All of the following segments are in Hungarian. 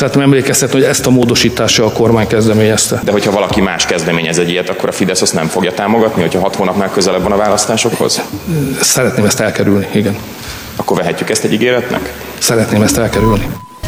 Szeretném emlékeztetni, hogy ezt a módosítással a kormány kezdeményezte. De hogyha valaki más kezdeményez egy ilyet, akkor a Fidesz azt nem fogja támogatni, hogyha 6 hónapnál közelebb van a választásokhoz? Szeretném ezt elkerülni, igen. Akkor vehetjük ezt egy ígéretnek? Szeretném ezt elkerülni.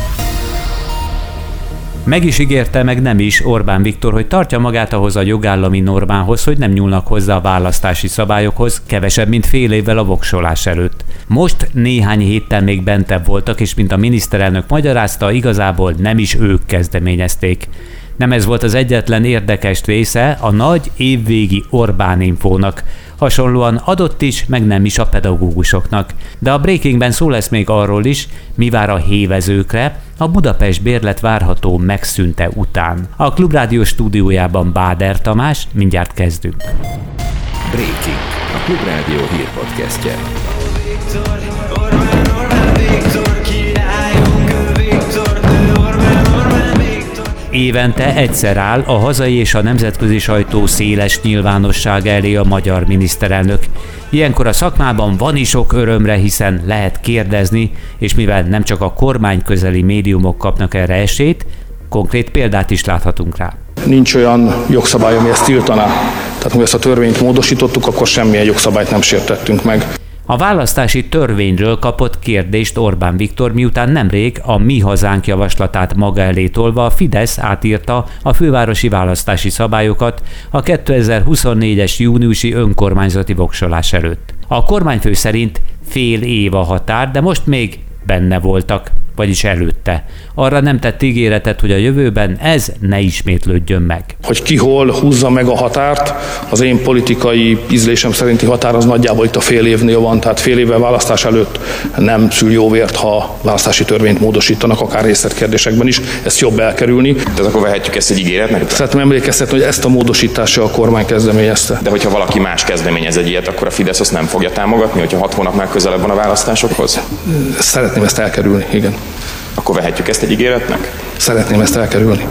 Meg is ígérte, meg nem is Orbán Viktor, hogy tartja magát ahhoz a jogállami normához, hogy nem nyúlnak hozzá a választási szabályokhoz, kevesebb, mint fél évvel a voksolás előtt. Most néhány héttel még bentebb voltak, és mint a miniszterelnök magyarázta, igazából nem is ők kezdeményezték. Nem ez volt az egyetlen érdekes része a nagy évvégi Orbán infónak. Hasonlóan adott is, meg nem is a pedagógusoknak. De a Breakingben szó lesz még arról is, mi vár a hévezőkre a Budapest bérlet várható megszűnte után. A Klubrádió stúdiójában Báder Tamás, mindjárt kezdünk. Breaking, a Klubrádió hírpodcastje. Évente egyszer áll a hazai és a nemzetközi sajtó széles nyilvánosság elé a magyar miniszterelnök. Ilyenkor a szakmában van is sok örömre, hiszen lehet kérdezni, és mivel nem csak a kormány közeli médiumok kapnak erre esélyt, konkrét példát is láthatunk rá. Nincs olyan jogszabály, ami ezt tiltaná. Tehát, ha ezt a törvényt módosítottuk, akkor semmilyen jogszabályt nem sértettünk meg. A választási törvényről kapott kérdést Orbán Viktor, miután nemrég a Mi Hazánk javaslatát maga elé tolva a Fidesz átírta a fővárosi választási szabályokat a 2024-es júniusi önkormányzati voksolás előtt. A kormányfő szerint fél év a határ, de most még benne voltak, vagyis előtte. Arra nem tett ígéretet, hogy a jövőben ez ne ismétlődjön meg. Hogy ki hol húzza meg a határt, az én politikai ízlésem szerinti határ az nagyjából itt a fél évnél van, tehát fél évvel választás előtt nem szül jó vért, ha választási törvényt módosítanak, akár részletkérdésekben is, ezt jobb elkerülni. De akkor vehetjük ezt egy ígéretnek? Szeretném emlékeztetni, hogy ezt a módosítással a kormány kezdeményezte. De hogyha valaki más kezdeményez egy ilyet, akkor a Fidesz azt nem fogja támogatni, hogyha 6 hónapnál közelebb van a választásokhoz? Szeretném ezt elkerülni, igen. Akkor vehetjük ezt egy ígéretnek? Szeretném ezt elkerülni.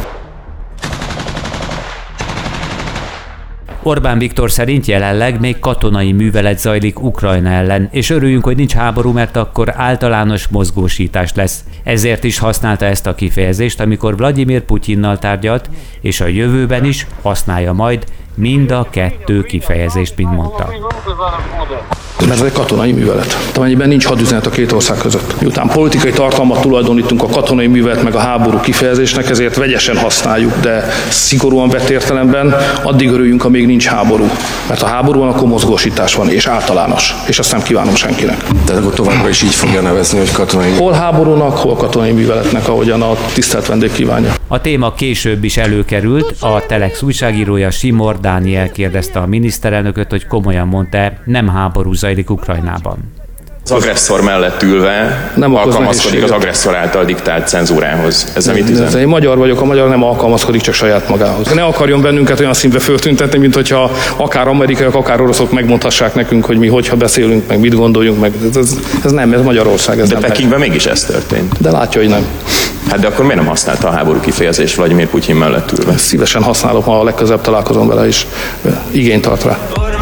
Orbán Viktor szerint jelenleg még katonai művelet zajlik Ukrajna ellen, és örüljünk, hogy nincs háború, mert akkor általános mozgósítás lesz. Ezért is használta ezt a kifejezést, amikor Vladimir Putyinnal tárgyalt, és a jövőben is használja majd mind a kettő kifejezést, mint mondta. Mert ez egy katonai művelet. Amennyiben nincs hadüzenet a két ország között. Miután politikai tartalmat tulajdonítunk a katonai művelet meg a háború kifejezésnek, ezért vegyesen használjuk, de szigorúan vett értelemben addig örüljünk, amíg nincs háború. Mert ha háború van, akkor mozgósítás van, és általános. És azt nem kívánom senkinek. Tehát akkor továbbra is így fogja nevezni, hogy katonai... Hol háborúnak, hol katonai műveletnek, ahogyan a tisztelt vendég kívánja. A téma később is előkerült, a Telex újságírója Simor Dániel kérdezte a miniszterelnököt, hogy komolyan mondta, nem háború zajlik Ukrajnában. Az agresszor mellett ülve nem alkalmazkodik az agresszor által diktált cenzúrához. Ez nem itt üzen? Én magyar vagyok, a magyar nem alkalmazkodik csak saját magához. Ne akarjon bennünket olyan színbe föltüntetni, mint hogyha akár amerikaiak, akár oroszok megmondhassák nekünk, hogy mi hogyha beszélünk, meg mit gondoljunk, meg ez nem, ez Magyarország. Ez de Pekingben mégis ez történt. De látja, hogy nem. Hát de akkor miért nem használta a háború kifejezést Vladimir Putyin mellett ülve? Szívesen használom, ha a legközelebb találkozom vele is. Igényt tart rá.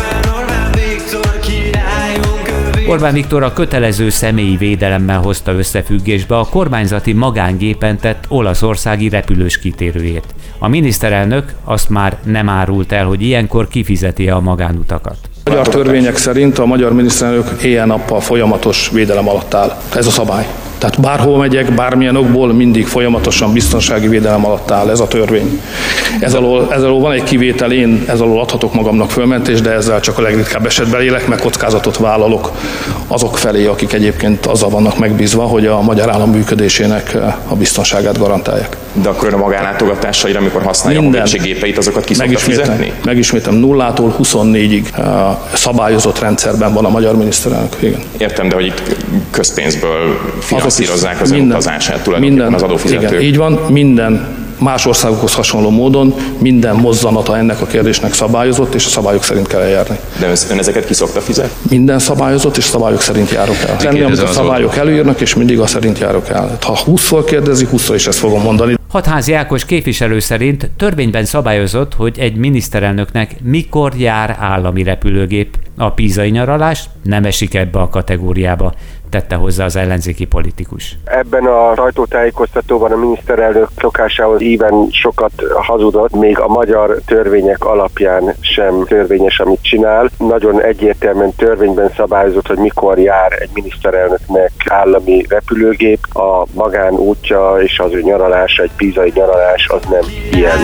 Orbán Viktor a kötelező személyi védelemmel hozta összefüggésbe a kormányzati magángépen tett olaszországi repülős kitérőjét. A miniszterelnök azt már nem árult el, hogy ilyenkor kifizeti a magánutakat. A magyar törvények szerint a magyar miniszterelnök éjjel-nappal folyamatos védelem alatt áll. Ez a szabály. Tehát bárhol megyek, bármilyen okból mindig folyamatosan biztonsági védelem alatt áll, ez a törvény. Ez alól van egy kivétel, én ez alól adhatok magamnak fölmentést, de ezzel csak a legritkább esetben élek, meg kockázatot vállalok azok felé, akik egyébként azzal vannak megbízva, hogy a magyar állam működésének a biztonságát garantálják. De akkor a magánlátogatásaira, amikor használja a honvédséggépeit, azokat ki szokta fizetni? Megismétem, 0-tól 24-ig szabályozott rendszerben van a magyar miniszterelnök. Igen. Értem, de hogy itt közpénzből finanszírozzák az utazását tulajdonképpen az adófizetők. Igen, így van, minden más országokhoz hasonló módon minden mozzanata ennek a kérdésnek szabályozott, és a szabályok szerint kell eljárni. De ön ezeket ki szokta fizetni? Minden szabályozott, és szabályok szerint járok el. Tenni, amit a szabályok előírnak, és mindig azt szerint járok el. Ha 20-szor kérdezi, 20-szor is ezt fogom mondani. Hatházi Ákos képviselő szerint törvényben szabályozott, hogy egy miniszterelnöknek mikor jár állami repülőgép. A pízai nyaralás nem esik ebbe a kategóriába. tette hozzá az ellenzéki politikus. Ebben a sajtótájékoztatóban a miniszterelnök szokásához íven sokat hazudott, még a magyar törvények alapján sem törvényes, amit csinál. Nagyon egyértelműen törvényben szabályozott, hogy mikor jár egy miniszterelnöknek állami repülőgép. A magánútja és az ő nyaralása, egy pízai nyaralás az nem ilyen.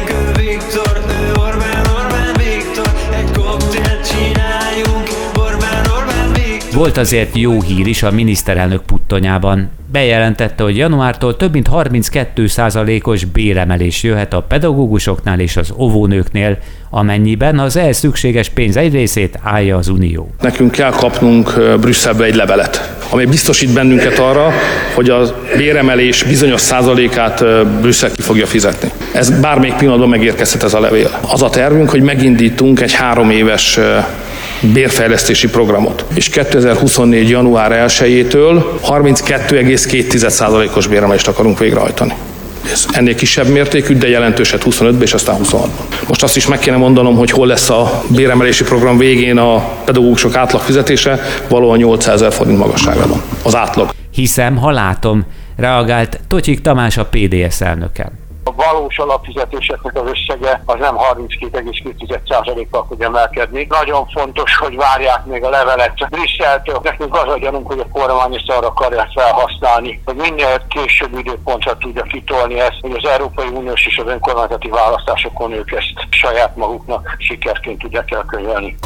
Volt azért jó hír is a miniszterelnök puttonyában. Bejelentette, hogy januártól több mint 32%-os béremelés jöhet a pedagógusoknál és az óvónőknél, amennyiben az ehhez szükséges pénz egy részét állja az Unió. Nekünk kell kapnunk Brüsszelbe egy levelet, ami biztosít bennünket arra, hogy a béremelés bizonyos százalékát Brüsszel ki fogja fizetni. Ez bármelyik pillanatban megérkezhet ez a levél. Az a tervünk, hogy megindítunk egy 3 éves bérfejlesztési programot. És 2024. január 1-től 32,2%-os béremelést akarunk végrehajtani. Ez ennél kisebb mértékű, de jelentőset 25-ben és aztán 26-ban. Most azt is meg kéne mondanom, hogy hol lesz a béremelési program végén a pedagógusok átlagfizetése, valóban 800 000 forint magasságában. Az átlag. Hiszem, ha látom, reagált Totyik Tamás, a PDS elnöke. A valós alapfizetéseknek az összege az nem 32,2%-kal fog emelkedni. Nagyon fontos, hogy várják még a levelet Brüsszeltől. Nekünk az a gyanunk, hogy a kormány ezt arra akarják felhasználni, hogy minél később időpontra tudja kitolni ezt, hogy az Európai Uniós és az önkormányzati választásokon ők ezt saját maguknak sikerként tudják elkönyvelni.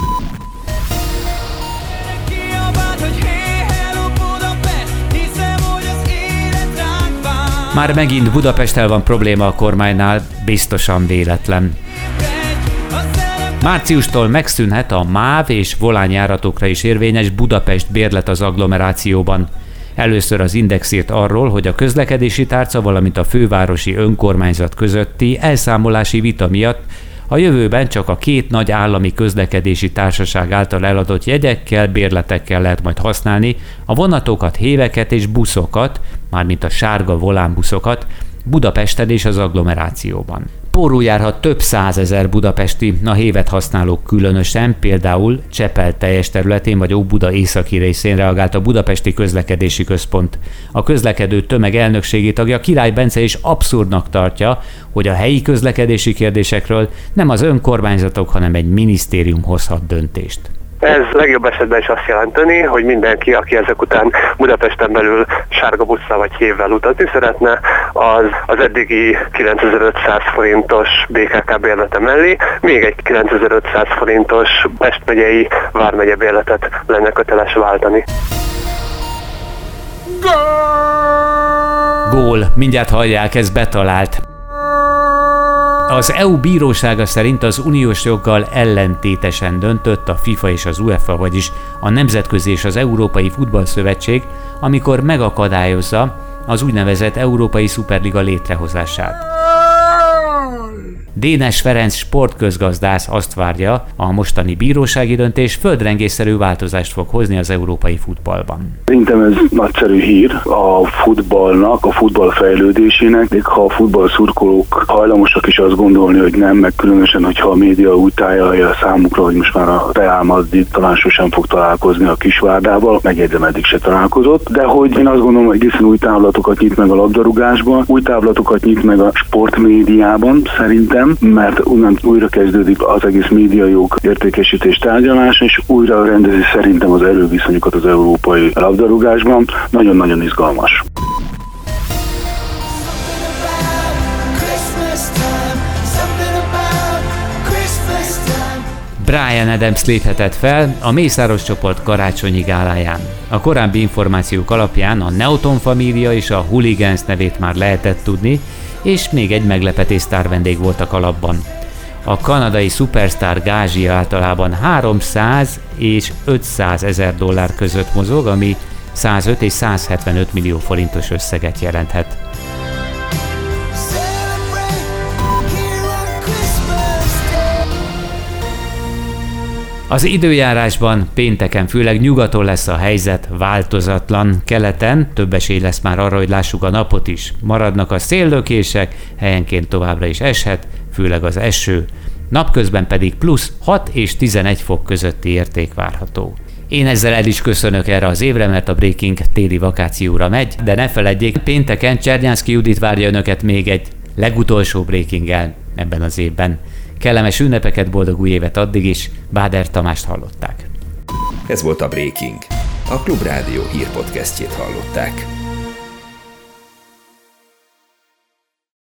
Már megint Budapesttel van probléma a kormánynál, biztosan véletlen. Márciustól megszűnhet a MÁV és volánjáratokra is érvényes Budapest bérlet az agglomerációban. Először az Index írt arról, hogy a közlekedési tárca, valamint a fővárosi önkormányzat közötti elszámolási vita miatt a jövőben csak a 2 nagy állami közlekedési társaság által eladott jegyekkel, bérletekkel lehet majd használni a vonatokat, héveket és buszokat, mármint a sárga volánbuszokat, Budapesten és az agglomerációban. Pórul járhat több 100 000 budapesti, a hévet használók különösen, például Csepel teljes területén vagy Óbuda északi részén, reagált a Budapesti Közlekedési Központ. A közlekedő tömeg elnökségi tagja Király Bence is abszurdnak tartja, hogy a helyi közlekedési kérdésekről nem az önkormányzatok, hanem egy minisztérium hozhat döntést. Ez legjobb esetben is azt jelenteni, hogy mindenki, aki ezek után Budapesten belül sárga busszal vagy hévvel utazni szeretne, az eddigi 9500 forintos BKK bérlete mellé még egy 9500 forintos Pest megyei vármegye bérletet lenne köteles váltani. Gól! Mindjárt hallják, ez betalált. Az EU bírósága szerint az uniós joggal ellentétesen döntött a FIFA és az UEFA, vagyis a Nemzetközi és az Európai Futballszövetség, amikor megakadályozza az úgynevezett Európai Szuperliga létrehozását. Dénes Ferenc sportközgazdász azt várja, a mostani bírósági döntés földrengésszerű változást fog hozni az európai futballban. Szerintem ez nagyszerű hír a futballnak, a futball fejlődésének, még ha a futballszurkolók hajlamosak is azt gondolni, hogy nem, meg különösen, hogyha a média úgy tájálja számukra, hogy most már a Real Madrid talán sosem fog találkozni a Kisvárdával, megjegyzem, eddig se találkozott, de hogy én azt gondolom, hogy egészen új távlatokat nyit meg a labdarúgásban, új távlatokat nyit meg a sportmédiában szerintem, mert onnan újra kezdődik az egész médiajog értékesítés tárgyalása, és újra rendezi szerintem az erőviszonyokat az európai labdarúgásban. Nagyon-nagyon izgalmas. Bryan Adams léphetett fel a Mészáros csoport karácsonyi gáláján. A korábbi információk alapján a Newton família és a Hooligans nevét már lehetett tudni, és még egy meglepetés sztárvendég volt a kalapban. A kanadai szupersztár gázsia általában 300 és 500 000 dollár között mozog, ami 105 és 175 millió forintos összeget jelenthet. Az időjárásban pénteken főleg nyugaton lesz a helyzet változatlan, keleten több esély lesz már arra, hogy lássuk a napot is. Maradnak a széllökések, helyenként továbbra is eshet, főleg az eső. Napközben pedig plusz 6 és 11 fok közötti érték várható. Én ezzel el is köszönök erre az évre, mert a Breaking téli vakációra megy, de ne feledjék, pénteken Csernyánszky Judit várja önöket még egy legutolsó Breaking-el ebben az évben. Kellemes ünnepeket, boldog új évet addig is, Báder Tamást hallották. Ez volt a Breaking. A Klubrádió hírpodcastjét hallották.